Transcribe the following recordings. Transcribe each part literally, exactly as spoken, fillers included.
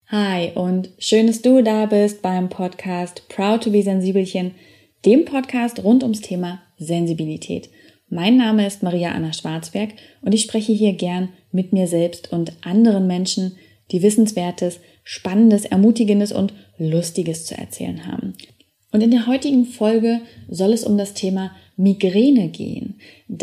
Hi und schön, dass du da bist beim Podcast Proud to be Sensibelchen, dem Podcast rund ums Thema Sensibilität. Mein Name ist Maria Anna Schwarzberg und ich spreche hier gern mit mir selbst und anderen Menschen, die Wissenswertes, Spannendes, Ermutigendes und Lustiges zu erzählen haben. Und in der heutigen Folge soll es um das Thema Migräne gehen.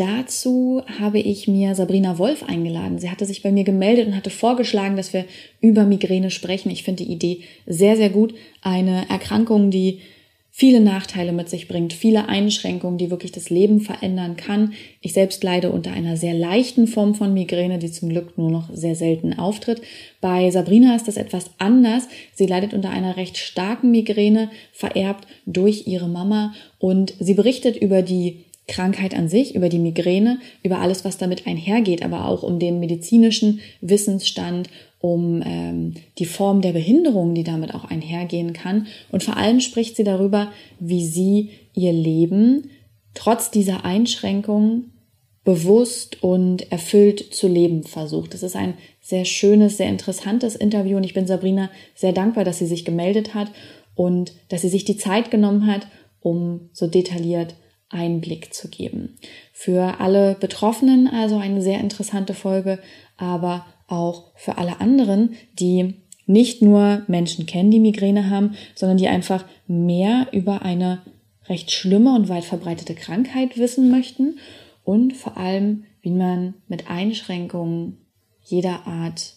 Dazu habe ich mir Sabrina Wolf eingeladen. Sie hatte sich bei mir gemeldet und hatte vorgeschlagen, dass wir über Migräne sprechen. Ich finde die Idee sehr, sehr gut. Eine Erkrankung, die viele Nachteile mit sich bringt, viele Einschränkungen, die wirklich das Leben verändern kann. Ich selbst leide unter einer sehr leichten Form von Migräne, die zum Glück nur noch sehr selten auftritt. Bei Sabrina ist das etwas anders. Sie leidet unter einer recht starken Migräne, vererbt durch ihre Mama, und sie berichtet über die Krankheit an sich, über die Migräne, über alles, was damit einhergeht, aber auch um den medizinischen Wissensstand, um ähm, die Form der Behinderung, die damit auch einhergehen kann. Und vor allem spricht sie darüber, wie sie ihr Leben trotz dieser Einschränkungen bewusst und erfüllt zu leben versucht. Das ist ein sehr schönes, sehr interessantes Interview und ich bin Sabrina sehr dankbar, dass sie sich gemeldet hat und dass sie sich die Zeit genommen hat, um so detailliert Einblick zu geben. Für alle Betroffenen also eine sehr interessante Folge, aber auch für alle anderen, die nicht nur Menschen kennen, die Migräne haben, sondern die einfach mehr über eine recht schlimme und weit verbreitete Krankheit wissen möchten und vor allem, wie man mit Einschränkungen jeder Art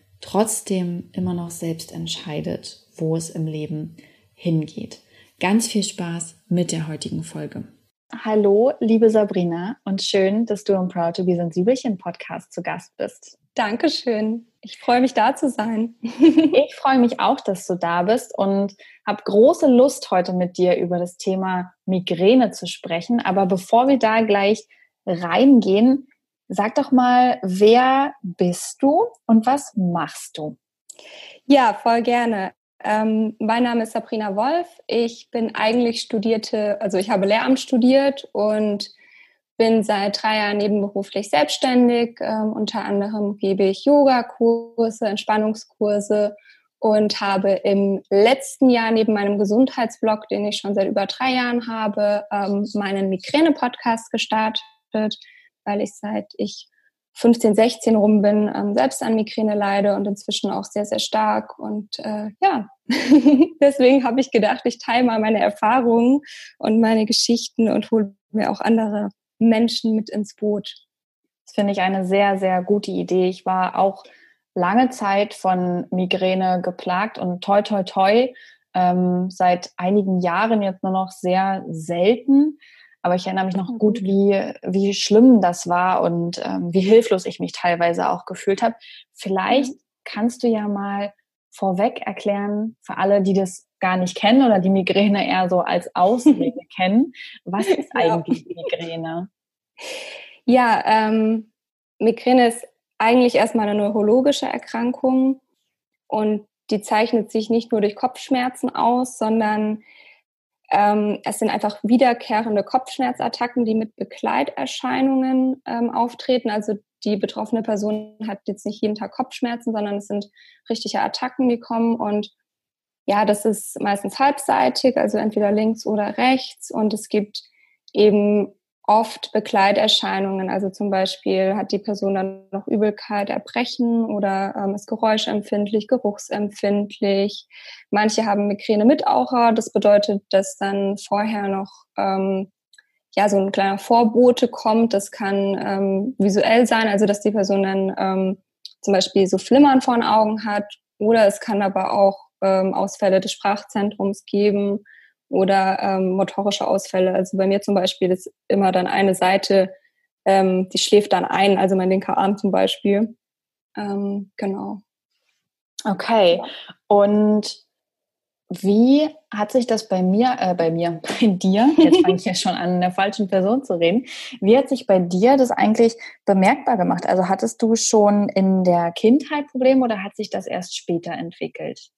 trotzdem immer noch selbst entscheidet, wo es im Leben hingeht. Ganz viel Spaß mit der heutigen Folge. Hallo, liebe Sabrina, und schön, dass du im Proud to be Sensibelchen Podcast zu Gast bist. Dankeschön. Ich freue mich, da zu sein. Ich freue mich auch, dass du da bist und habe große Lust, heute mit dir über das Thema Migräne zu sprechen. Aber bevor wir da gleich reingehen, sag doch mal, wer bist du und was machst du? Ja, voll gerne. Ähm, mein Name ist Sabrina Wolf. Ich bin eigentlich studierte, also ich habe Lehramt studiert und bin seit drei Jahren nebenberuflich selbstständig. Ähm, unter anderem gebe ich Yogakurse, Entspannungskurse und habe im letzten Jahr neben meinem Gesundheitsblog, den ich schon seit über drei Jahren habe, ähm, meinen Migräne-Podcast gestartet, weil ich seit ich fünfzehn, sechzehn rum bin, ähm, selbst an Migräne leide und inzwischen auch sehr, sehr stark. Und äh, ja, deswegen habe ich gedacht, ich teile mal meine Erfahrungen und meine Geschichten und hole mir auch andere Menschen mit ins Boot. Das finde ich eine sehr, sehr gute Idee. Ich war auch lange Zeit von Migräne geplagt und toi, toi, toi, ähm, seit einigen Jahren jetzt nur noch sehr selten. Aber ich erinnere mich noch gut, wie, wie schlimm das war und ähm, wie hilflos ich mich teilweise auch gefühlt habe. Vielleicht mhm. kannst du ja mal vorweg erklären, für alle, die das gar nicht kennen oder die Migräne eher so als Ausrede kennen, was ist eigentlich ja. Migräne? Ja, ähm, Migräne ist eigentlich erstmal eine neurologische Erkrankung und die zeichnet sich nicht nur durch Kopfschmerzen aus, sondern Ähm, es sind einfach wiederkehrende Kopfschmerzattacken, die mit Begleiterscheinungen ähm, auftreten. Also die betroffene Person hat jetzt nicht jeden Tag Kopfschmerzen, sondern es sind richtige Attacken, die kommen. Und ja, das ist meistens halbseitig, also entweder links oder rechts. Und es gibt eben oft Begleiterscheinungen. Also zum Beispiel hat die Person dann noch Übelkeit, Erbrechen oder ähm, ist geräuschempfindlich, geruchsempfindlich. Manche haben Migräne mit Aura. Das bedeutet, dass dann vorher noch ähm, ja so ein kleiner Vorbote kommt. Das kann ähm, visuell sein, also dass die Person dann ähm, zum Beispiel so Flimmern vor den Augen hat. Oder es kann aber auch ähm, Ausfälle des Sprachzentrums geben oder ähm, motorische Ausfälle. Also bei mir zum Beispiel ist immer dann eine Seite, ähm, die schläft dann ein, also mein linker Arm zum Beispiel. Ähm, genau. Okay. Und wie hat sich das bei mir, äh, bei mir, bei dir, jetzt fange ich ja schon an, der falschen Person zu reden, wie hat sich bei dir das eigentlich bemerkbar gemacht? Also hattest du schon in der Kindheit Probleme oder hat sich das erst später entwickelt?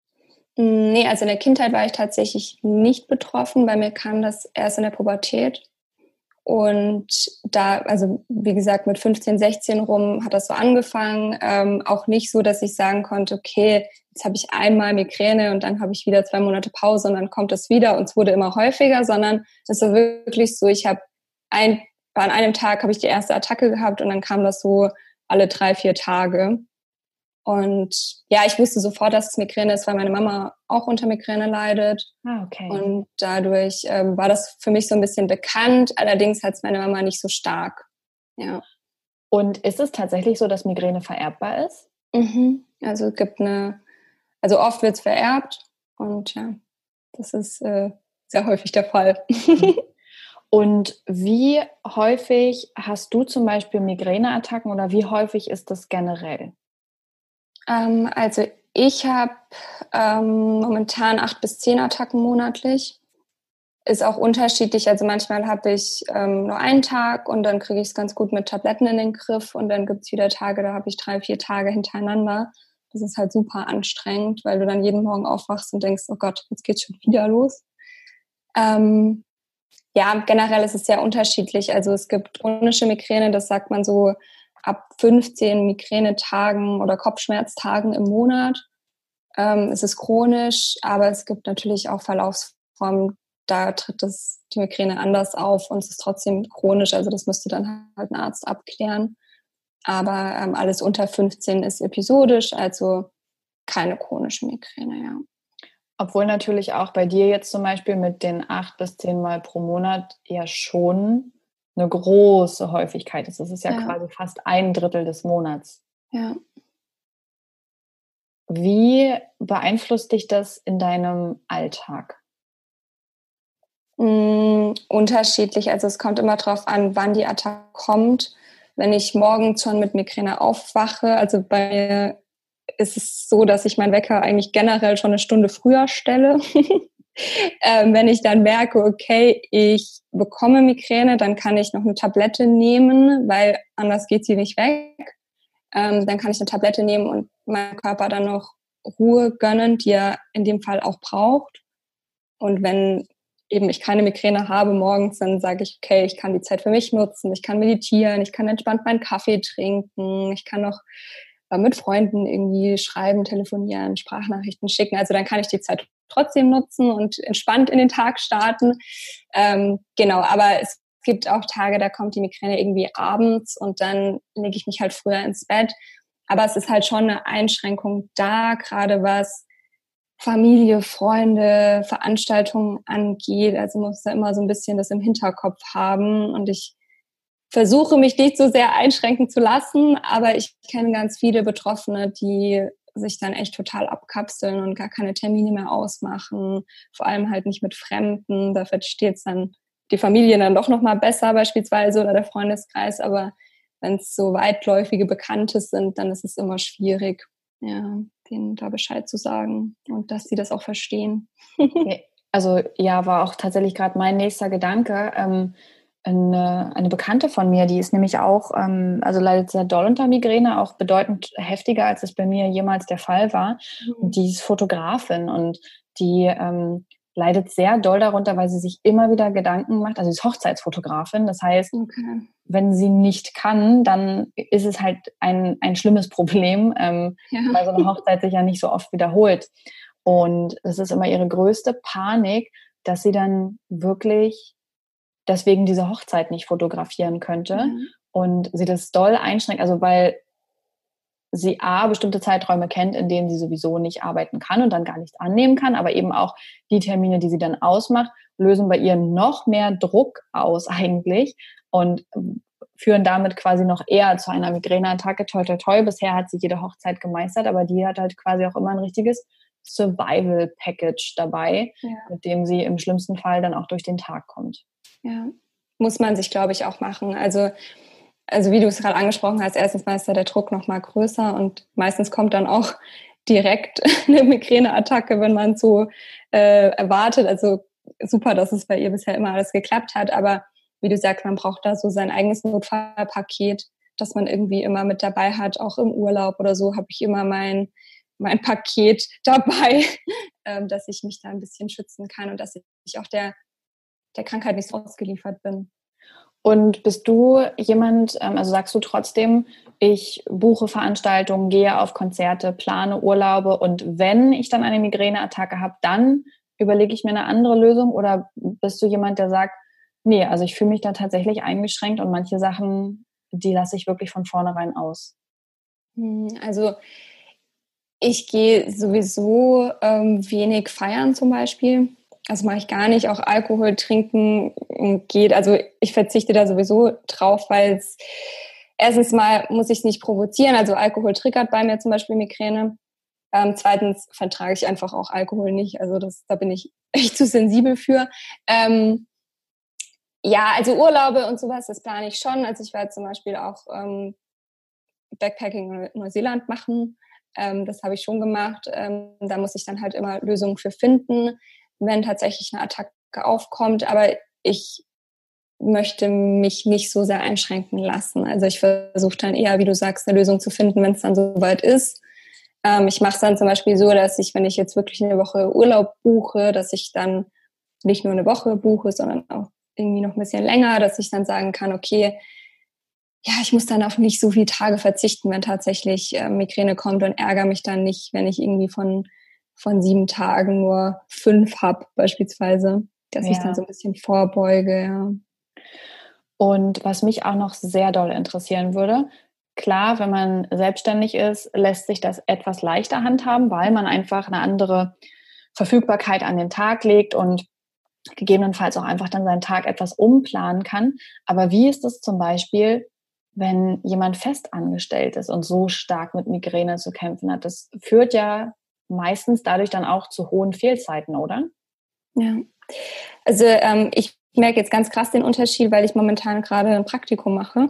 Nee, also in der Kindheit war ich tatsächlich nicht betroffen. Bei mir kam das erst in der Pubertät. Und da, also wie gesagt, mit fünfzehn, sechzehn rum hat das so angefangen. Ähm, auch nicht so, dass ich sagen konnte, okay, jetzt habe ich einmal Migräne und dann habe ich wieder zwei Monate Pause und dann kommt es wieder und es wurde immer häufiger, sondern es war wirklich so, ich habe ein, an einem Tag habe ich die erste Attacke gehabt und dann kam das so alle drei, vier Tage. Und ja, ich wusste sofort, dass es Migräne ist, weil meine Mama auch unter Migräne leidet. Ah, okay. Und dadurch ähm, war das für mich so ein bisschen bekannt. Allerdings hat es meine Mama nicht so stark. Ja. Und ist es tatsächlich so, dass Migräne vererbbar ist? Mhm. Also es gibt eine, also oft wird es vererbt und ja, das ist äh, sehr häufig der Fall. Und wie häufig hast du zum Beispiel Migräneattacken oder wie häufig ist das generell? Ähm, also ich habe ähm, momentan acht bis zehn Attacken monatlich. Ist auch unterschiedlich. Also manchmal habe ich ähm, nur einen Tag und dann kriege ich es ganz gut mit Tabletten in den Griff. Und dann gibt es wieder Tage, da habe ich drei, vier Tage hintereinander. Das ist halt super anstrengend, weil du dann jeden Morgen aufwachst und denkst, oh Gott, jetzt geht's schon wieder los. Ähm, ja, generell ist es sehr unterschiedlich. Also es gibt chronische Migräne, das sagt man so ab fünfzehn Migränetagen oder Kopfschmerztagen im Monat. Ähm, es ist chronisch, aber es gibt natürlich auch Verlaufsformen, da tritt das, die Migräne anders auf und es ist trotzdem chronisch. Also das müsste dann halt ein Arzt abklären. Aber ähm, alles unter fünfzehn ist episodisch, also keine chronische Migräne, ja. Obwohl natürlich auch bei dir jetzt zum Beispiel mit den acht bis zehn Mal pro Monat ja schon eine große Häufigkeit ist. Das ist ja, ja quasi fast ein Drittel des Monats. Ja. Wie beeinflusst dich das in deinem Alltag? Mm, unterschiedlich. Also es kommt immer darauf an, wann die Attacke kommt. Wenn ich morgens schon mit Migräne aufwache, also bei mir ist es so, dass ich meinen Wecker eigentlich generell schon eine Stunde früher stelle. ähm, wenn ich dann merke, okay, ich bekomme Migräne, dann kann ich noch eine Tablette nehmen, weil anders geht sie nicht weg. Ähm, dann kann ich eine Tablette nehmen und meinem Körper dann noch Ruhe gönnen, die er in dem Fall auch braucht. Und wenn eben ich keine Migräne habe morgens, dann sage ich, okay, ich kann die Zeit für mich nutzen, ich kann meditieren, ich kann entspannt meinen Kaffee trinken, ich kann noch äh, mit Freunden irgendwie schreiben, telefonieren, Sprachnachrichten schicken. Also dann kann ich die Zeit trotzdem nutzen und entspannt in den Tag starten. Ähm, genau, aber es gibt auch Tage, da kommt die Migräne irgendwie abends und dann lege ich mich halt früher ins Bett. Aber es ist halt schon eine Einschränkung da, gerade was Familie, Freunde, Veranstaltungen angeht. Also muss da immer so ein bisschen das im Hinterkopf haben. Und ich versuche mich nicht so sehr einschränken zu lassen, aber ich kenne ganz viele Betroffene, die sich dann echt total abkapseln und gar keine Termine mehr ausmachen. Vor allem halt nicht mit Fremden. Da versteht es dann die Familie dann doch nochmal besser beispielsweise oder der Freundeskreis. Aber wenn es so weitläufige Bekannte sind, dann ist es immer schwierig, ja, denen da Bescheid zu sagen und dass sie das auch verstehen. Also ja, war auch tatsächlich gerade mein nächster Gedanke. Ähm, eine, eine Bekannte von mir, die ist nämlich auch, ähm, also leidet sehr doll unter Migräne, auch bedeutend heftiger, als es bei mir jemals der Fall war. Mhm. Und die ist Fotografin und die ähm, leidet sehr doll darunter, weil sie sich immer wieder Gedanken macht. Also sie ist Hochzeitsfotografin, das heißt, okay, wenn sie nicht kann, dann ist es halt ein, ein schlimmes Problem, ähm, ja. weil so eine Hochzeit sich ja nicht so oft wiederholt. Und es ist immer ihre größte Panik, dass sie dann wirklich deswegen diese Hochzeit nicht fotografieren könnte. Mhm. Und sie das doll einschränkt, also weil sie A, bestimmte Zeiträume kennt, in denen sie sowieso nicht arbeiten kann und dann gar nichts annehmen kann, aber eben auch die Termine, die sie dann ausmacht, lösen bei ihr noch mehr Druck aus eigentlich und führen damit quasi noch eher zu einer Migräneattacke. Toi, toi, toi. Bisher hat sie jede Hochzeit gemeistert, aber die hat halt quasi auch immer ein richtiges Survival-Package dabei, ja, mit dem sie im schlimmsten Fall dann auch durch den Tag kommt. Ja, muss man sich, glaube ich, auch machen. Also, also wie du es gerade angesprochen hast, erstens mal ist da der Druck noch mal größer und meistens kommt dann auch direkt eine Migräneattacke, wenn man so äh, erwartet. Also super, dass es bei ihr bisher immer alles geklappt hat, aber wie du sagst, man braucht da so sein eigenes Notfallpaket, das man irgendwie immer mit dabei hat. Auch im Urlaub oder so habe ich immer mein, mein Paket dabei, ähm, dass ich mich da ein bisschen schützen kann und dass ich auch der, der Krankheit nicht so ausgeliefert bin. Und bist du jemand, also sagst du trotzdem, ich buche Veranstaltungen, gehe auf Konzerte, plane Urlaube und wenn ich dann eine Migräneattacke habe, dann überlege ich mir eine andere Lösung? Oder bist du jemand, der sagt, nee, also ich fühle mich da tatsächlich eingeschränkt und manche Sachen, die lasse ich wirklich von vornherein aus? Also ich gehe sowieso ähm, wenig feiern zum Beispiel. Das mache ich gar nicht. Auch Alkohol trinken geht. Also ich verzichte da sowieso drauf, weil es erstens mal muss ich es nicht provozieren. Also Alkohol triggert bei mir zum Beispiel Migräne. Ähm, zweitens vertrage ich einfach auch Alkohol nicht. Also das, da bin ich echt zu sensibel für. Ähm, ja, also Urlaube und sowas, das plane ich schon. Also ich werde zum Beispiel auch ähm, Backpacking in Neuseeland machen. Ähm, das habe ich schon gemacht. Ähm, da muss ich dann halt immer Lösungen für finden, wenn tatsächlich eine Attacke aufkommt. Aber ich möchte mich nicht so sehr einschränken lassen. Also ich versuche dann eher, wie du sagst, eine Lösung zu finden, wenn es dann soweit ist. Ähm, ich mache es dann zum Beispiel so, dass ich, wenn ich jetzt wirklich eine Woche Urlaub buche, dass ich dann nicht nur eine Woche buche, sondern auch irgendwie noch ein bisschen länger, dass ich dann sagen kann, okay, ja, ich muss dann auf nicht so viele Tage verzichten, wenn tatsächlich äh, Migräne kommt und ärgere mich dann nicht, wenn ich irgendwie von, von sieben Tagen nur fünf habe beispielsweise, dass Ja. ich dann so ein bisschen vorbeuge. Ja. Und was mich auch noch sehr doll interessieren würde, klar, wenn man selbstständig ist, lässt sich das etwas leichter handhaben, weil man einfach eine andere Verfügbarkeit an den Tag legt und gegebenenfalls auch einfach dann seinen Tag etwas umplanen kann. Aber wie ist es zum Beispiel, wenn jemand festangestellt ist und so stark mit Migräne zu kämpfen hat? Das führt ja meistens dadurch dann auch zu hohen Fehlzeiten, oder? Ja, also ähm, ich merke jetzt ganz krass den Unterschied, weil ich momentan gerade ein Praktikum mache.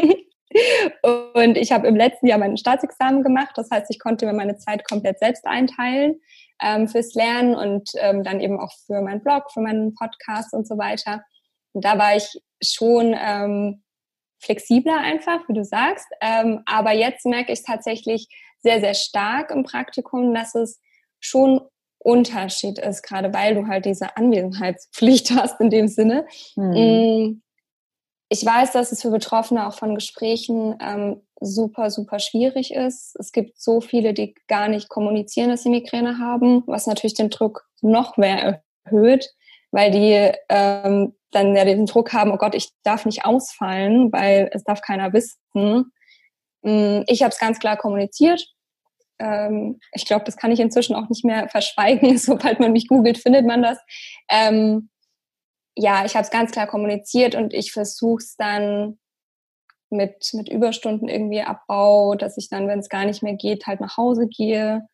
Und ich habe im letzten Jahr mein Staatsexamen gemacht. Das heißt, ich konnte mir meine Zeit komplett selbst einteilen ähm, fürs Lernen und ähm, dann eben auch für meinen Blog, für meinen Podcast und so weiter. Und da war ich schon ähm, flexibler einfach, wie du sagst. Ähm, aber jetzt merke ich tatsächlich sehr, sehr stark im Praktikum, dass es schon Unterschied ist, gerade weil du halt diese Anwesenheitspflicht hast in dem Sinne. Mhm. Ich weiß, dass es für Betroffene auch von Gesprächen ähm, super, super schwierig ist. Es gibt so viele, die gar nicht kommunizieren, dass sie Migräne haben, was natürlich den Druck noch mehr erhöht, weil die ähm, dann ja den Druck haben, oh Gott, ich darf nicht ausfallen, weil es darf keiner wissen. Ich habe es ganz klar kommuniziert. Ähm, ich glaube, das kann ich inzwischen auch nicht mehr verschweigen. Sobald man mich googelt, findet man das. Ähm, ja, ich habe es ganz klar kommuniziert und ich versuche es dann mit, mit Überstunden irgendwie Abbau, dass ich dann, wenn es gar nicht mehr geht, halt nach Hause gehe.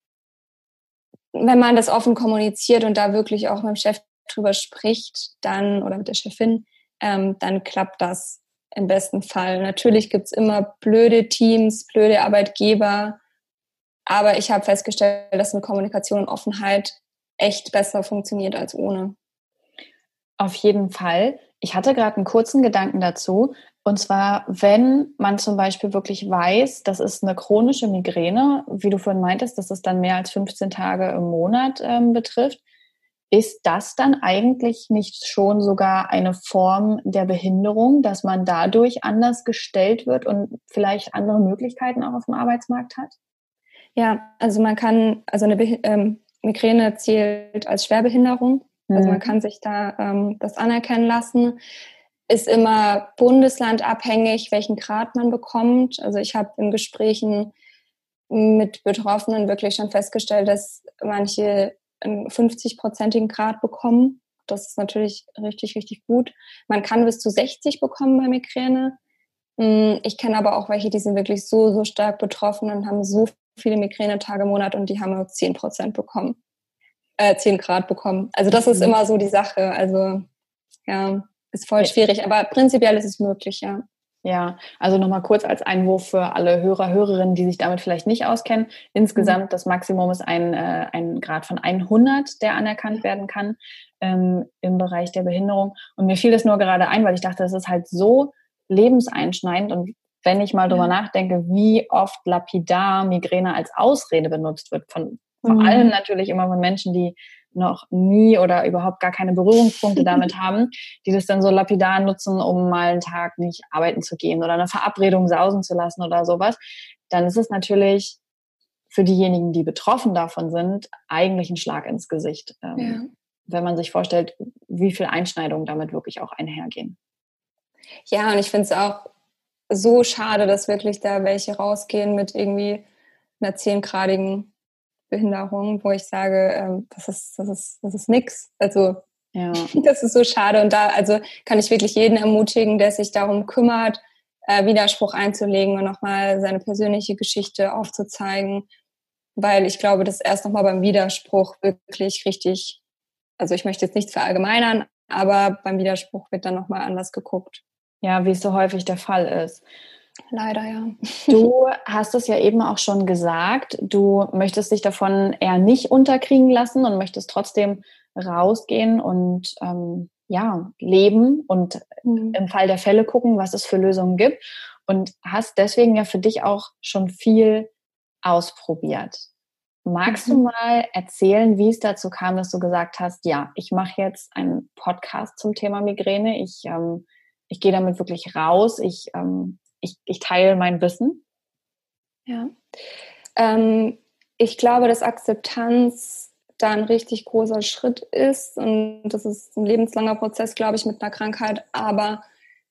Wenn man das offen kommuniziert und da wirklich auch mit dem Chef drüber spricht, dann oder mit der Chefin, ähm, dann klappt das im besten Fall. Natürlich gibt's immer blöde Teams, blöde Arbeitgeber, aber ich habe festgestellt, dass eine Kommunikation und Offenheit echt besser funktioniert als ohne. Auf jeden Fall. Ich hatte gerade einen kurzen Gedanken dazu. Und zwar, wenn man zum Beispiel wirklich weiß, das ist eine chronische Migräne, wie du vorhin meintest, dass es dann mehr als fünfzehn Tage im Monat ähm, betrifft, ist das dann eigentlich nicht schon sogar eine Form der Behinderung, dass man dadurch anders gestellt wird und vielleicht andere Möglichkeiten auch auf dem Arbeitsmarkt hat? Ja, also man kann, also eine Be- ähm, Migräne zählt als Schwerbehinderung. Also man kann sich da ähm, das anerkennen lassen. Ist immer bundeslandabhängig, welchen Grad man bekommt. Also ich habe in Gesprächen mit Betroffenen wirklich schon festgestellt, dass manche einen fünfzig-prozentigen Grad bekommen. Das ist natürlich richtig, richtig gut. Man kann bis zu sechzig bekommen bei Migräne. Ich kenne aber auch welche, die sind wirklich so, so stark betroffen und haben so viele Migränetage im Monat und die haben nur zehn Prozent bekommen. Äh, zehn Grad bekommen. Also das ist immer so die Sache. Also ja, ist voll schwierig, aber prinzipiell ist es möglich, ja. Ja, also nochmal kurz als Einwurf für alle Hörer, Hörerinnen, die sich damit vielleicht nicht auskennen. Insgesamt mhm. das Maximum ist ein, äh, ein Grad von hundert, der anerkannt werden kann ähm, im Bereich der Behinderung. Und mir fiel das nur gerade ein, weil ich dachte, das ist halt so lebenseinschneidend. Und wenn ich mal drüber ja. nachdenke, wie oft lapidar Migräne als Ausrede benutzt wird, von vor mhm. allem natürlich immer von Menschen, die noch nie oder überhaupt gar keine Berührungspunkte damit haben, die das dann so lapidar nutzen, um mal einen Tag nicht arbeiten zu gehen oder eine Verabredung sausen zu lassen oder sowas, dann ist es natürlich für diejenigen, die betroffen davon sind, eigentlich ein Schlag ins Gesicht. Ähm, ja. Wenn man sich vorstellt, wie viel Einschneidungen damit wirklich auch einhergehen. Ja, und ich finde es auch so schade, dass wirklich da welche rausgehen mit irgendwie einer zehngradigen Behinderung, wo ich sage, ähm, das ist, das ist, das ist nix. Also, ja. Das ist so schade. Und da, also kann ich wirklich jeden ermutigen, der sich darum kümmert, äh, Widerspruch einzulegen und nochmal seine persönliche Geschichte aufzuzeigen. Weil ich glaube, dass erst nochmal beim Widerspruch wirklich richtig, also ich möchte jetzt nichts verallgemeinern, aber beim Widerspruch wird dann nochmal anders geguckt. Ja, wie es so häufig der Fall ist. Leider, ja. Du hast es ja eben auch schon gesagt, du möchtest dich davon eher nicht unterkriegen lassen und möchtest trotzdem rausgehen und ähm, ja, leben und mhm. im Fall der Fälle gucken, was es für Lösungen gibt und hast deswegen ja für dich auch schon viel ausprobiert. Magst mhm. du mal erzählen, wie es dazu kam, dass du gesagt hast, ja, ich mache jetzt einen Podcast zum Thema Migräne, ich, ähm, ich gehe damit wirklich raus, ich ähm, Ich, ich teile mein Wissen? Ja. Ähm, ich glaube, dass Akzeptanz da ein richtig großer Schritt ist und das ist ein lebenslanger Prozess, glaube ich, mit einer Krankheit. Aber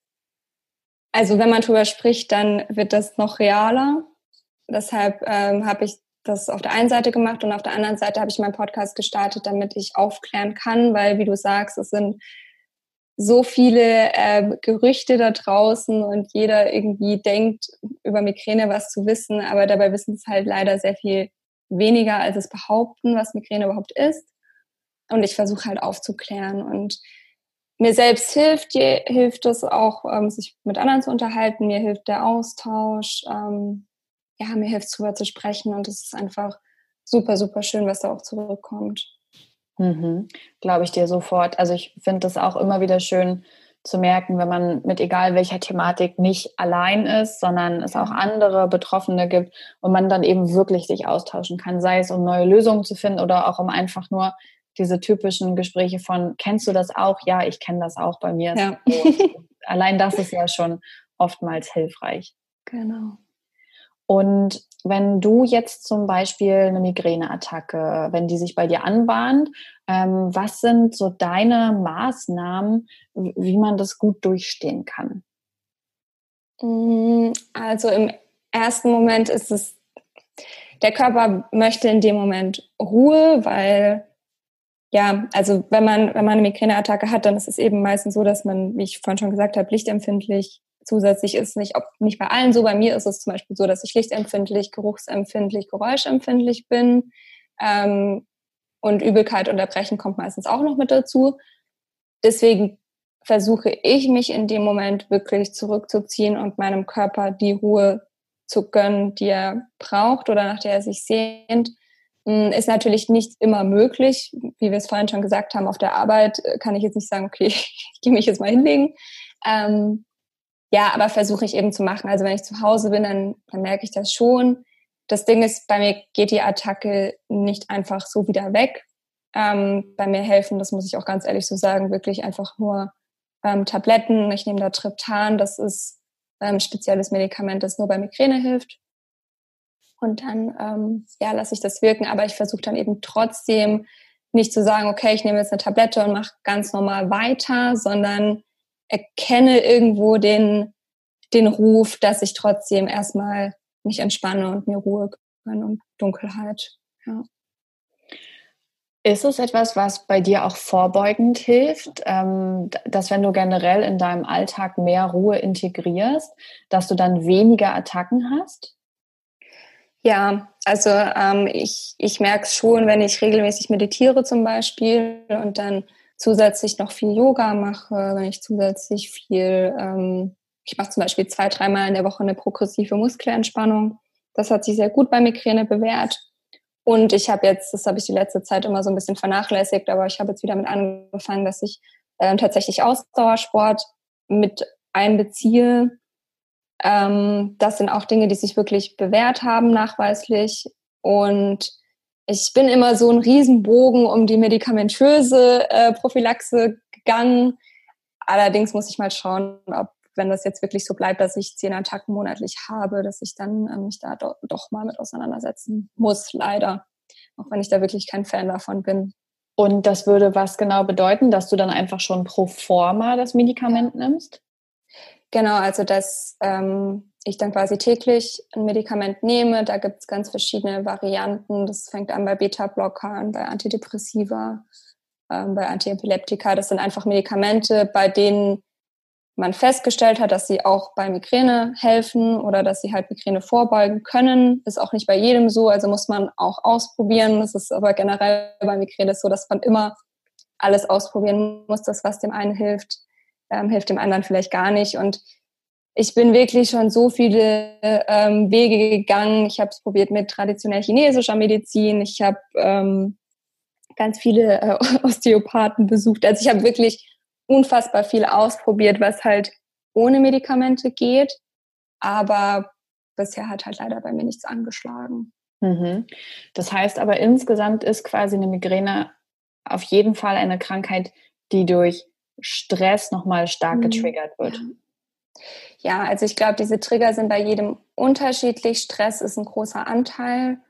also wenn man drüber spricht, dann wird das noch realer. Deshalb ähm, habe ich das auf der einen Seite gemacht und auf der anderen Seite habe ich meinen Podcast gestartet, damit ich aufklären kann, weil, wie du sagst, es sind so viele äh, Gerüchte da draußen und jeder irgendwie denkt, über Migräne was zu wissen, aber dabei wissen es halt leider sehr viel weniger, als es behaupten, was Migräne überhaupt ist. Und ich versuche halt aufzuklären und mir selbst hilft, je, hilft es auch, ähm, sich mit anderen zu unterhalten, mir hilft der Austausch, ähm, ja, mir hilft es, drüber zu sprechen und es ist einfach super, super schön, was da auch zurückkommt. Mhm. Glaube ich dir sofort. Also ich finde das auch immer wieder schön zu merken, wenn man mit egal welcher Thematik nicht allein ist, sondern es auch andere Betroffene gibt und man dann eben wirklich sich austauschen kann, sei es um neue Lösungen zu finden oder auch um einfach nur diese typischen Gespräche von, kennst du das auch? Ja, ich kenne das auch, bei mir. Ja. Allein das ist ja schon oftmals hilfreich. Genau. Und wenn du jetzt zum Beispiel eine Migräneattacke, wenn die sich bei dir anbahnt, ähm, was sind so deine Maßnahmen, wie man das gut durchstehen kann? Also im ersten Moment ist es, der Körper möchte in dem Moment Ruhe, weil ja, also wenn man, wenn man eine Migräneattacke hat, dann ist es eben meistens so, dass man, wie ich vorhin schon gesagt habe, lichtempfindlich zusätzlich ist. Nicht, ob, nicht bei allen so. Bei mir ist es zum Beispiel so, dass ich lichtempfindlich, geruchsempfindlich, geräuschempfindlich bin. Ähm, und Übelkeit und Erbrechen kommt meistens auch noch mit dazu. Deswegen versuche ich, mich in dem Moment wirklich zurückzuziehen und meinem Körper die Ruhe zu gönnen, die er braucht oder nach der er sich sehnt. Ist natürlich nicht immer möglich. Wie wir es vorhin schon gesagt haben, auf der Arbeit kann ich jetzt nicht sagen, okay, ich gehe mich jetzt mal hinlegen. Ähm, ja, aber versuche ich eben zu machen. Also wenn ich zu Hause bin, dann, dann merke ich das schon. Das Ding ist, bei mir geht die Attacke nicht einfach so wieder weg. Ähm, bei mir helfen, das muss ich auch ganz ehrlich so sagen, wirklich einfach nur ähm, Tabletten. Ich nehme da Triptan, das ist ein ähm, spezielles Medikament, das nur bei Migräne hilft. Und dann ähm, ja, lasse ich das wirken, aber ich versuche dann eben trotzdem nicht zu sagen, okay, ich nehme jetzt eine Tablette und mache ganz normal weiter, sondern erkenne irgendwo den, den Ruf, dass ich trotzdem erstmal mich entspanne und mir Ruhe gönne und Dunkelheit. Ja. Ist es etwas, was bei dir auch vorbeugend hilft, ähm, dass wenn du generell in deinem Alltag mehr Ruhe integrierst, dass du dann weniger Attacken hast? Ja, also ähm, ich, ich merke es schon, wenn ich regelmäßig meditiere zum Beispiel und dann zusätzlich noch viel Yoga mache, wenn ich zusätzlich viel, ähm, ich mache zum Beispiel zwei, dreimal in der Woche eine progressive Muskelentspannung. Das hat sich sehr gut bei Migräne bewährt. Und ich habe jetzt, das habe ich die letzte Zeit immer so ein bisschen vernachlässigt, aber ich habe jetzt wieder mit angefangen, dass ich äh, tatsächlich Ausdauersport mit einbeziehe. Ähm, das sind auch Dinge, die sich wirklich bewährt haben, nachweislich. Und ich bin immer so einen Riesenbogen um die medikamentöse äh, Prophylaxe gegangen. Allerdings muss ich mal schauen, ob, wenn das jetzt wirklich so bleibt, dass ich zehn Attacken monatlich habe, dass ich dann äh, mich da do- doch mal mit auseinandersetzen muss, leider. Auch wenn ich da wirklich kein Fan davon bin. Und das würde was genau bedeuten, dass du dann einfach schon pro forma das Medikament Ja. nimmst? Genau, also dass ähm, ich dann quasi täglich ein Medikament nehme. Da gibt es ganz verschiedene Varianten. Das fängt an bei Beta-Blockern, bei Antidepressiva, ähm, bei Antiepileptika. Das sind einfach Medikamente, bei denen man festgestellt hat, dass sie auch bei Migräne helfen oder dass sie halt Migräne vorbeugen können. Ist auch nicht bei jedem so, also muss man auch ausprobieren. Das ist aber generell bei Migräne so, dass man immer alles ausprobieren muss. Das, was dem einen hilft, ähm, hilft dem anderen vielleicht gar nicht. Und ich bin wirklich schon so viele ähm, Wege gegangen. Ich habe es probiert mit traditionell chinesischer Medizin. Ich habe ähm, ganz viele äh, Osteopathen besucht. Also ich habe wirklich unfassbar viel ausprobiert, was halt ohne Medikamente geht. Aber bisher hat halt leider bei mir nichts angeschlagen. Mhm. Das heißt aber, insgesamt ist quasi eine Migräne auf jeden Fall eine Krankheit, die durch Stress nochmal stark getriggert wird. Ja. Ja, also ich glaube, diese Trigger sind bei jedem unterschiedlich. Stress ist ein großer Anteil,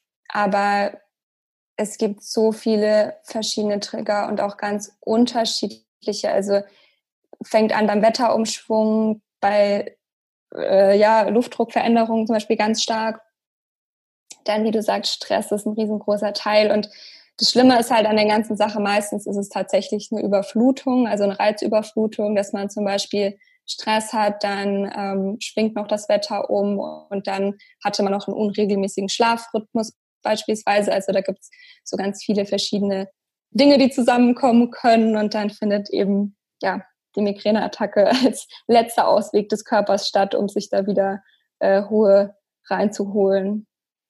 aber es gibt so viele verschiedene Trigger und auch ganz unterschiedliche. Also fängt an beim Wetterumschwung, bei äh, ja, Luftdruckveränderungen zum Beispiel ganz stark. Dann, wie du sagst, Stress ist ein riesengroßer Teil. Und das Schlimme ist halt an der ganzen Sache, meistens ist es tatsächlich eine Überflutung, also eine Reizüberflutung, dass man zum Beispiel Stress hat, dann ähm, schwingt noch das Wetter um und dann hatte man noch einen unregelmäßigen Schlafrhythmus beispielsweise. Also da gibt es so ganz viele verschiedene Dinge, die zusammenkommen können und dann findet eben ja die Migräneattacke als letzter Ausweg des Körpers statt, um sich da wieder äh, Ruhe reinzuholen.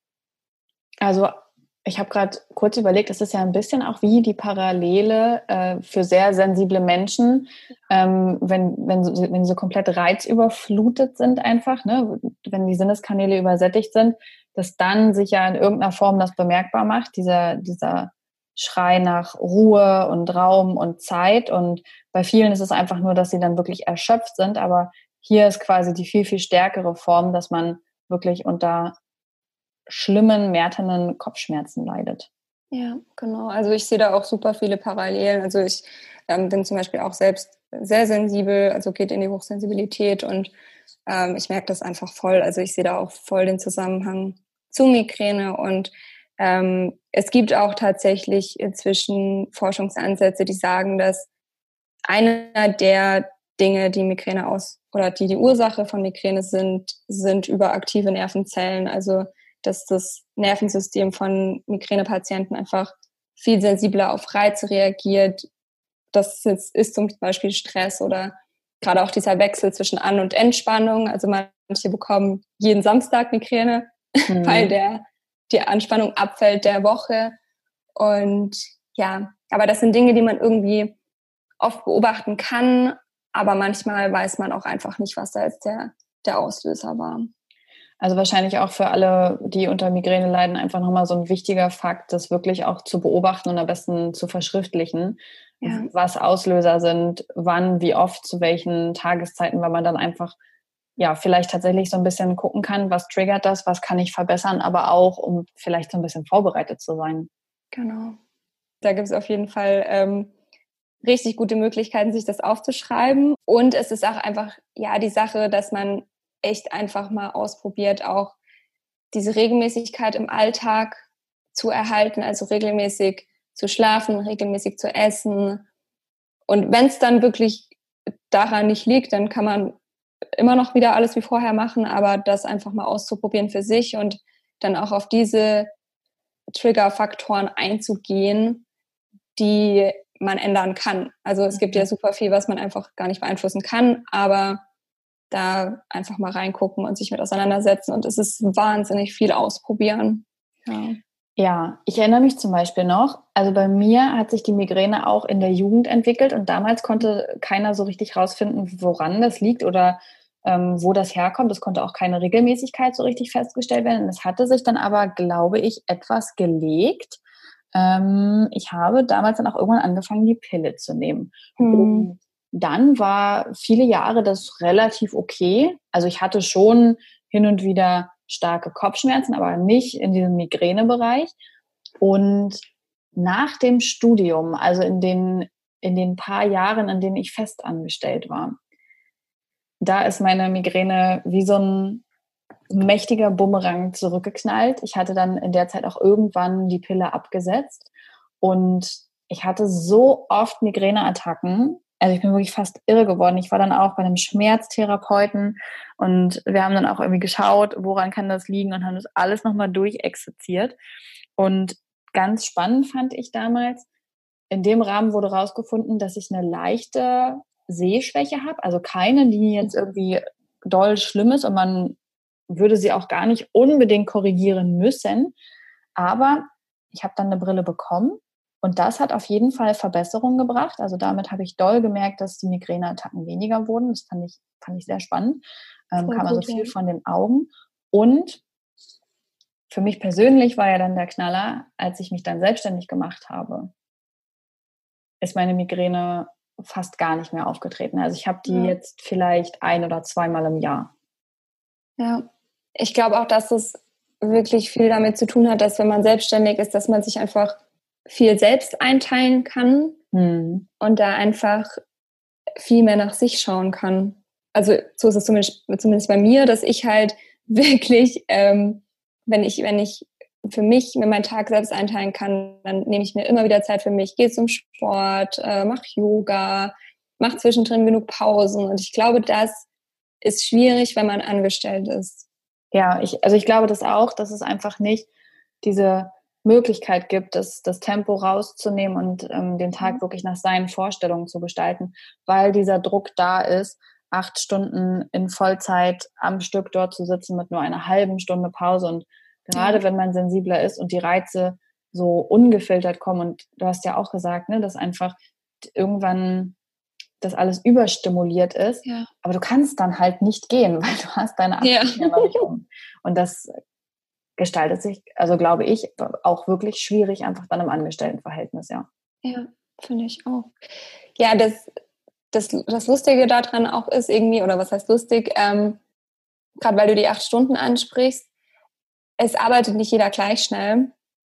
Also ich habe gerade kurz überlegt, es ist ja ein bisschen auch wie die Parallele äh, für sehr sensible Menschen, ähm, wenn, wenn, sie, wenn sie so komplett reizüberflutet sind einfach, ne? Wenn die Sinneskanäle übersättigt sind, dass dann sich ja in irgendeiner Form das bemerkbar macht, dieser, dieser Schrei nach Ruhe und Raum und Zeit. Und bei vielen ist es einfach nur, dass sie dann wirklich erschöpft sind, aber hier ist quasi die viel, viel stärkere Form, dass man wirklich unter schlimmen, mehrternen Kopfschmerzen leidet. Ja, genau. Also ich sehe da auch super viele Parallelen. Also ich ähm, bin zum Beispiel auch selbst sehr sensibel, also geht in die Hochsensibilität und ähm, ich merke das einfach voll. Also ich sehe da auch voll den Zusammenhang zu Migräne und ähm, es gibt auch tatsächlich inzwischen Forschungsansätze, die sagen, dass einer der Dinge, die Migräne aus oder die die Ursache von Migräne sind, sind überaktive Nervenzellen. Also dass das Nervensystem von Migränepatienten einfach viel sensibler auf Reize reagiert. Das ist, ist zum Beispiel Stress oder gerade auch dieser Wechsel zwischen An- und Entspannung. Also manche bekommen jeden Samstag Migräne, mhm. weil der, die Anspannung abfällt der Woche. Und ja, aber das sind Dinge, die man irgendwie oft beobachten kann, aber manchmal weiß man auch einfach nicht, was da jetzt der, der Auslöser war. Also wahrscheinlich auch für alle, die unter Migräne leiden, einfach nochmal so ein wichtiger Fakt, das wirklich auch zu beobachten und am besten zu verschriftlichen, ja. Was Auslöser sind, wann, wie oft, zu welchen Tageszeiten, weil man dann einfach ja vielleicht tatsächlich so ein bisschen gucken kann, was triggert das, was kann ich verbessern, aber auch, um vielleicht so ein bisschen vorbereitet zu sein. Genau. Da gibt es auf jeden Fall ähm, richtig gute Möglichkeiten, sich das aufzuschreiben. Und es ist auch einfach ja die Sache, dass man echt einfach mal ausprobiert, auch diese Regelmäßigkeit im Alltag zu erhalten, also regelmäßig zu schlafen, regelmäßig zu essen. Und wenn es dann wirklich daran nicht liegt, dann kann man immer noch wieder alles wie vorher machen, aber das einfach mal auszuprobieren für sich und dann auch auf diese Triggerfaktoren einzugehen, die man ändern kann. Also es gibt ja super viel, was man einfach gar nicht beeinflussen kann, aber da einfach mal reingucken und sich mit auseinandersetzen und es ist wahnsinnig viel ausprobieren. Ja. Ja, ich erinnere mich zum Beispiel noch, also bei mir hat sich die Migräne auch in der Jugend entwickelt und damals konnte keiner so richtig rausfinden, woran das liegt oder ähm, wo das herkommt. Es konnte auch keine Regelmäßigkeit so richtig festgestellt werden. Es hatte sich dann aber, glaube ich, etwas gelegt. Ähm, ich habe damals dann auch irgendwann angefangen, die Pille zu nehmen. Hm. Und dann war viele Jahre das relativ okay. Also ich hatte schon hin und wieder starke Kopfschmerzen, aber nicht in diesem Migränebereich. Und nach dem Studium, also in den, in den paar Jahren, in denen ich fest angestellt war, da ist meine Migräne wie so ein mächtiger Bumerang zurückgeknallt. Ich hatte dann in der Zeit auch irgendwann die Pille abgesetzt und ich hatte so oft Migräneattacken. Also ich bin wirklich fast irre geworden. Ich war dann auch bei einem Schmerztherapeuten und wir haben dann auch irgendwie geschaut, woran kann das liegen und haben das alles nochmal durchexerziert. Und ganz spannend fand ich damals, in dem Rahmen wurde rausgefunden, dass ich eine leichte Sehschwäche habe, also keine, die jetzt irgendwie doll schlimm ist und man würde sie auch gar nicht unbedingt korrigieren müssen. Aber ich habe dann eine Brille bekommen und das hat auf jeden Fall Verbesserungen gebracht. Also damit habe ich doll gemerkt, dass die Migräneattacken weniger wurden. Das fand ich, fand ich sehr spannend. Ähm, kam also viel von den Augen. Und für mich persönlich war ja dann der Knaller, als ich mich dann selbstständig gemacht habe, ist meine Migräne fast gar nicht mehr aufgetreten. Also ich habe die ja. jetzt vielleicht ein- oder zweimal im Jahr. Ja, ich glaube auch, dass es wirklich viel damit zu tun hat, dass wenn man selbstständig ist, dass man sich einfach viel selbst einteilen kann hm. und da einfach viel mehr nach sich schauen kann. Also so ist es zumindest, zumindest bei mir, dass ich halt wirklich, ähm, wenn ich, wenn ich für mich mir meinen Tag selbst einteilen kann, dann nehme ich mir immer wieder Zeit für mich, gehe zum Sport, äh, mache Yoga, mache zwischendrin genug Pausen. Und ich glaube, das ist schwierig, wenn man angestellt ist. Ja, ich, also ich glaube das auch, dass es einfach nicht diese Möglichkeit gibt, das, das Tempo rauszunehmen und ähm, den Tag wirklich nach seinen Vorstellungen zu gestalten, weil dieser Druck da ist, acht Stunden in Vollzeit am Stück dort zu sitzen mit nur einer halben Stunde Pause. Und gerade ja. wenn man sensibler ist und die Reize so ungefiltert kommen, und du hast ja auch gesagt, ne, dass einfach irgendwann das alles überstimuliert ist, ja. aber du kannst dann halt nicht gehen, weil du hast deine acht Stunden ja noch nicht um. Und das gestaltet sich, also glaube ich, auch wirklich schwierig, einfach dann im Angestelltenverhältnis, ja. Ja, finde ich auch. Ja, das, das, das Lustige daran auch ist irgendwie, oder was heißt lustig, ähm, gerade weil du die acht Stunden ansprichst, es arbeitet nicht jeder gleich schnell.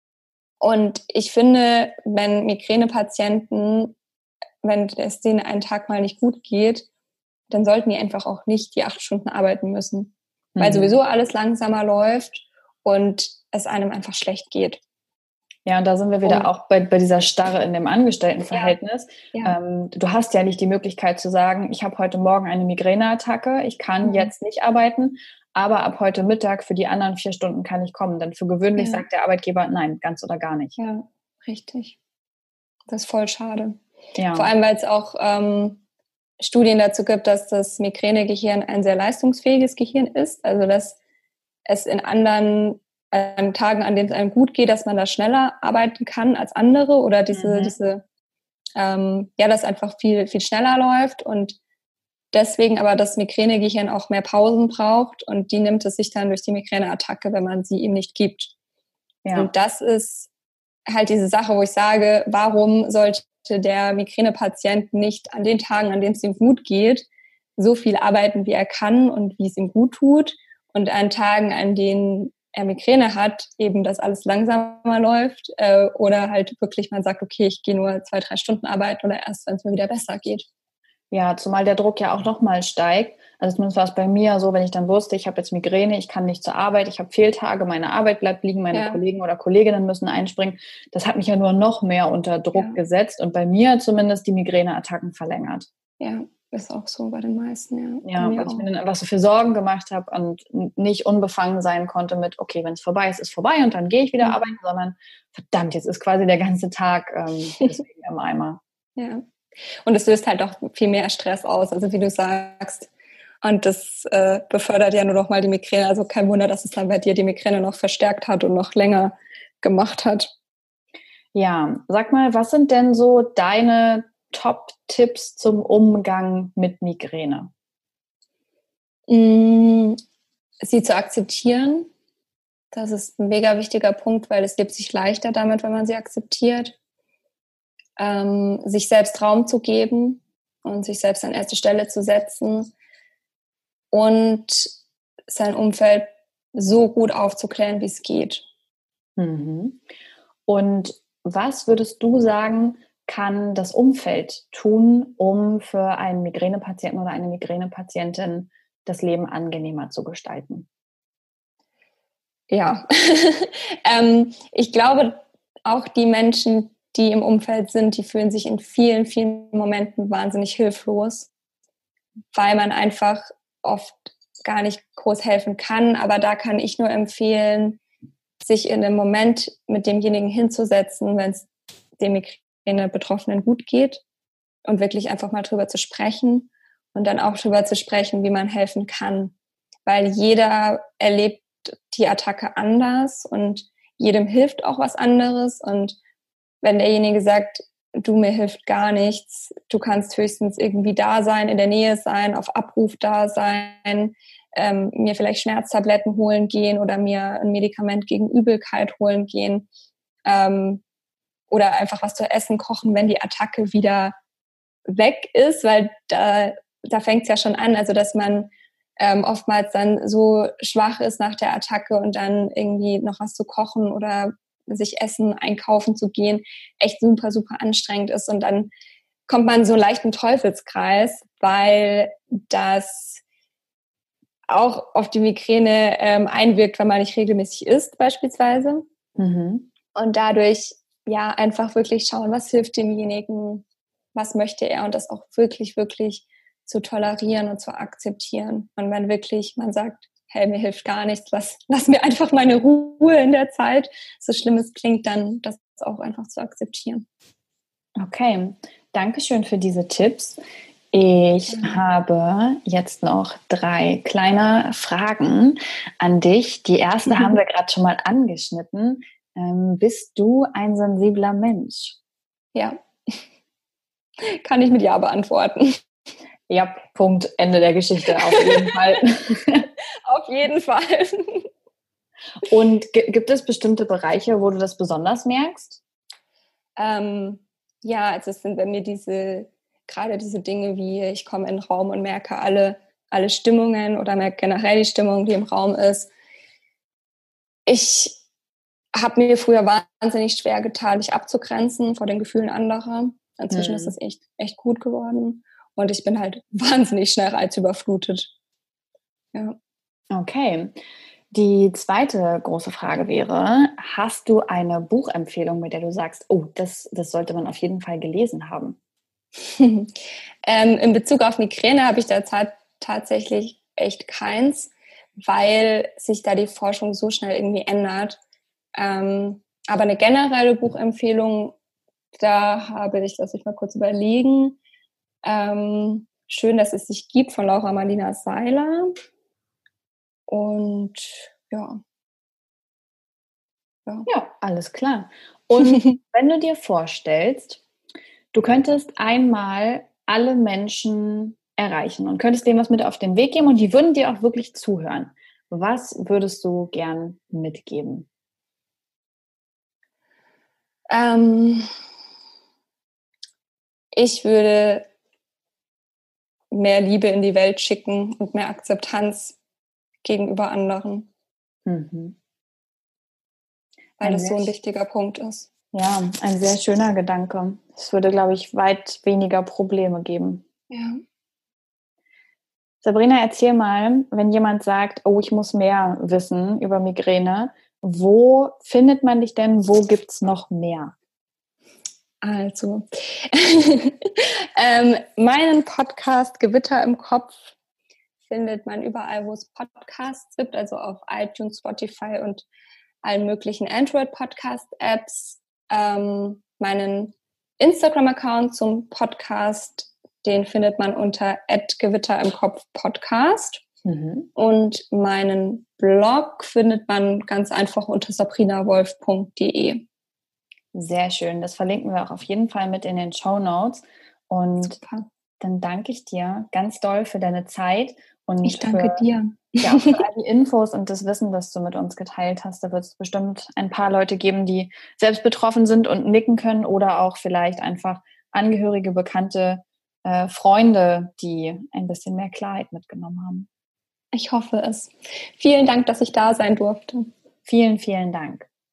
Und ich finde, wenn Migränepatienten, wenn es denen einen Tag mal nicht gut geht, dann sollten die einfach auch nicht die acht Stunden arbeiten müssen. Mhm. Weil sowieso alles langsamer läuft und es einem einfach schlecht geht. Ja, und da sind wir wieder und, auch bei, bei dieser Starre in dem Angestelltenverhältnis. Ja, ja. Ähm, du hast ja nicht die Möglichkeit zu sagen, ich habe heute Morgen eine Migräneattacke, ich kann mhm. jetzt nicht arbeiten, aber ab heute Mittag für die anderen vier Stunden kann ich kommen. Denn für gewöhnlich ja. sagt der Arbeitgeber, nein, ganz oder gar nicht. Ja, richtig. Das ist voll schade. Ja. Vor allem, weil es auch ähm, Studien dazu gibt, dass das Migränegehirn ein sehr leistungsfähiges Gehirn ist. Also dass es in anderen an Tagen, an denen es einem gut geht, dass man da schneller arbeiten kann als andere oder diese, mhm. diese, ähm, ja, das einfach viel, viel schneller läuft und deswegen aber das Migränegehirn auch mehr Pausen braucht und die nimmt es sich dann durch die Migräneattacke, wenn man sie ihm nicht gibt. Ja. Und das ist halt diese Sache, wo ich sage, warum sollte der Migränepatient nicht an den Tagen, an denen es ihm gut geht, so viel arbeiten, wie er kann und wie es ihm gut tut und an Tagen, an denen er Migräne hat, eben, dass alles langsamer läuft äh, oder halt wirklich man sagt, okay, ich gehe nur zwei, drei Stunden arbeiten oder erst, wenn es mir wieder besser geht. Ja, zumal der Druck ja auch nochmal steigt. Also zumindest war es bei mir so, wenn ich dann wusste, ich habe jetzt Migräne, ich kann nicht zur Arbeit, ich habe Fehltage, meine Arbeit bleibt liegen, meine ja. Kollegen oder Kolleginnen müssen einspringen. Das hat mich ja nur noch mehr unter Druck ja. gesetzt und bei mir zumindest die Migräneattacken verlängert. Ja. Ist auch so bei den meisten, ja. Ja, weil ich mir dann einfach so viel Sorgen gemacht habe und nicht unbefangen sein konnte mit, okay, wenn es vorbei ist, ist vorbei und dann gehe ich wieder mhm. arbeiten, sondern verdammt, jetzt ist quasi der ganze Tag ähm, deswegen im Eimer. Ja, und es löst halt auch viel mehr Stress aus, also wie du sagst. Und das äh, befördert ja nur noch mal die Migräne. Also kein Wunder, dass es dann bei dir die Migräne noch verstärkt hat und noch länger gemacht hat. Ja, sag mal, was sind denn so deine Top-Tipps zum Umgang mit Migräne? Sie zu akzeptieren, das ist ein mega wichtiger Punkt, weil es lebt sich leichter damit, wenn man sie akzeptiert. Ähm, sich selbst Raum zu geben und sich selbst an erste Stelle zu setzen und sein Umfeld so gut aufzuklären, wie es geht. Mhm. Und was würdest du sagen, kann das Umfeld tun, um für einen Migränepatienten oder eine Migränepatientin das Leben angenehmer zu gestalten? Ja, ähm, ich glaube, auch die Menschen, die im Umfeld sind, die fühlen sich in vielen, vielen Momenten wahnsinnig hilflos, weil man einfach oft gar nicht groß helfen kann. Aber da kann ich nur empfehlen, sich in dem Moment mit demjenigen hinzusetzen, wenn es dem Migräne-Betroffenen gut geht und wirklich einfach mal drüber zu sprechen und dann auch drüber zu sprechen, wie man helfen kann. Weil jeder erlebt die Attacke anders und jedem hilft auch was anderes. Und wenn derjenige sagt, du, mir hilft gar nichts, du kannst höchstens irgendwie da sein, in der Nähe sein, auf Abruf da sein, ähm, mir vielleicht Schmerztabletten holen gehen oder mir ein Medikament gegen Übelkeit holen gehen ähm, oder einfach was zu essen kochen, wenn die Attacke wieder weg ist, weil da, da fängt es ja schon an, also dass man ähm, oftmals dann so schwach ist nach der Attacke und dann irgendwie noch was zu kochen oder sich Essen einkaufen zu gehen, echt super, super anstrengend ist. Und dann kommt man in so einen leichten Teufelskreis, weil das auch auf die Migräne ähm, einwirkt, wenn man nicht regelmäßig isst beispielsweise. Mhm. Und dadurch ja einfach wirklich schauen, was hilft demjenigen, was möchte er und das auch wirklich, wirklich zu tolerieren und zu akzeptieren. Und wenn wirklich man sagt, hey, mir hilft gar nichts, lass, lass mir einfach meine Ruhe in der Zeit, so schlimm es klingt, dann das auch einfach zu akzeptieren. Okay, danke schön für diese Tipps. Ich mhm. habe jetzt noch drei kleine Fragen an dich. Die erste mhm. haben wir gerade schon mal angeschnitten. Ähm, bist du ein sensibler Mensch? Ja. Kann ich mit Ja beantworten. Ja, Punkt, Ende der Geschichte, auf jeden Fall. Auf jeden Fall. Und g- gibt es bestimmte Bereiche, wo du das besonders merkst? Ähm, ja, also es sind bei mir diese, gerade diese Dinge wie, ich komme in den Raum und merke alle, alle Stimmungen oder merke generell die Stimmung, die im Raum ist. Ich habe mir früher wahnsinnig schwer getan, mich abzugrenzen vor den Gefühlen anderer. Inzwischen hm. ist das echt, echt gut geworden. Und ich bin halt wahnsinnig schnell reizüberflutet. Ja. Okay. Die zweite große Frage wäre, hast du eine Buchempfehlung, mit der du sagst, oh, das, das sollte man auf jeden Fall gelesen haben? ähm, in Bezug auf Migräne habe ich derzeit tatsächlich echt keins, weil sich da die Forschung so schnell irgendwie ändert. Ähm, aber eine generelle Buchempfehlung, da habe ich, lass ich mal kurz überlegen, ähm, Schön, dass es sich gibt von Laura Marlina Seiler. Und ja. Ja, ja, alles klar. Und wenn du dir vorstellst, du könntest einmal alle Menschen erreichen und könntest denen was mit auf den Weg geben und die würden dir auch wirklich zuhören. Was würdest du gern mitgeben? Ähm, ich würde mehr Liebe in die Welt schicken und mehr Akzeptanz gegenüber anderen. Mhm. Weil ein das so ein wichtiger Punkt ist. Ja, ein sehr schöner Gedanke. Es würde, glaube ich, weit weniger Probleme geben. Ja. Sabrina, erzähl mal, wenn jemand sagt, oh, ich muss mehr wissen über Migräne, wo findet man dich denn? Wo gibt es noch mehr? Also, ähm, meinen Podcast Gewitter im Kopf findet man überall, wo es Podcasts gibt, also auf iTunes, Spotify und allen möglichen Android-Podcast-Apps. Ähm, meinen Instagram-Account zum Podcast, den findet man unter at Gewitter im Kopf Podcast. Mhm. Und meinen Blog findet man ganz einfach unter sabrinawolf punkt de. Sehr schön. Das verlinken wir auch auf jeden Fall mit in den Shownotes. Und Super. Dann danke ich dir ganz doll für deine Zeit Und ich danke für, dir. Ja, auch für all die Infos und das Wissen, das du mit uns geteilt hast. Da wird es bestimmt ein paar Leute geben, die selbst betroffen sind und nicken können oder auch vielleicht einfach Angehörige, Bekannte, äh, Freunde, die ein bisschen mehr Klarheit mitgenommen haben. Ich hoffe es. Vielen Dank, dass ich da sein durfte. Vielen, vielen Dank.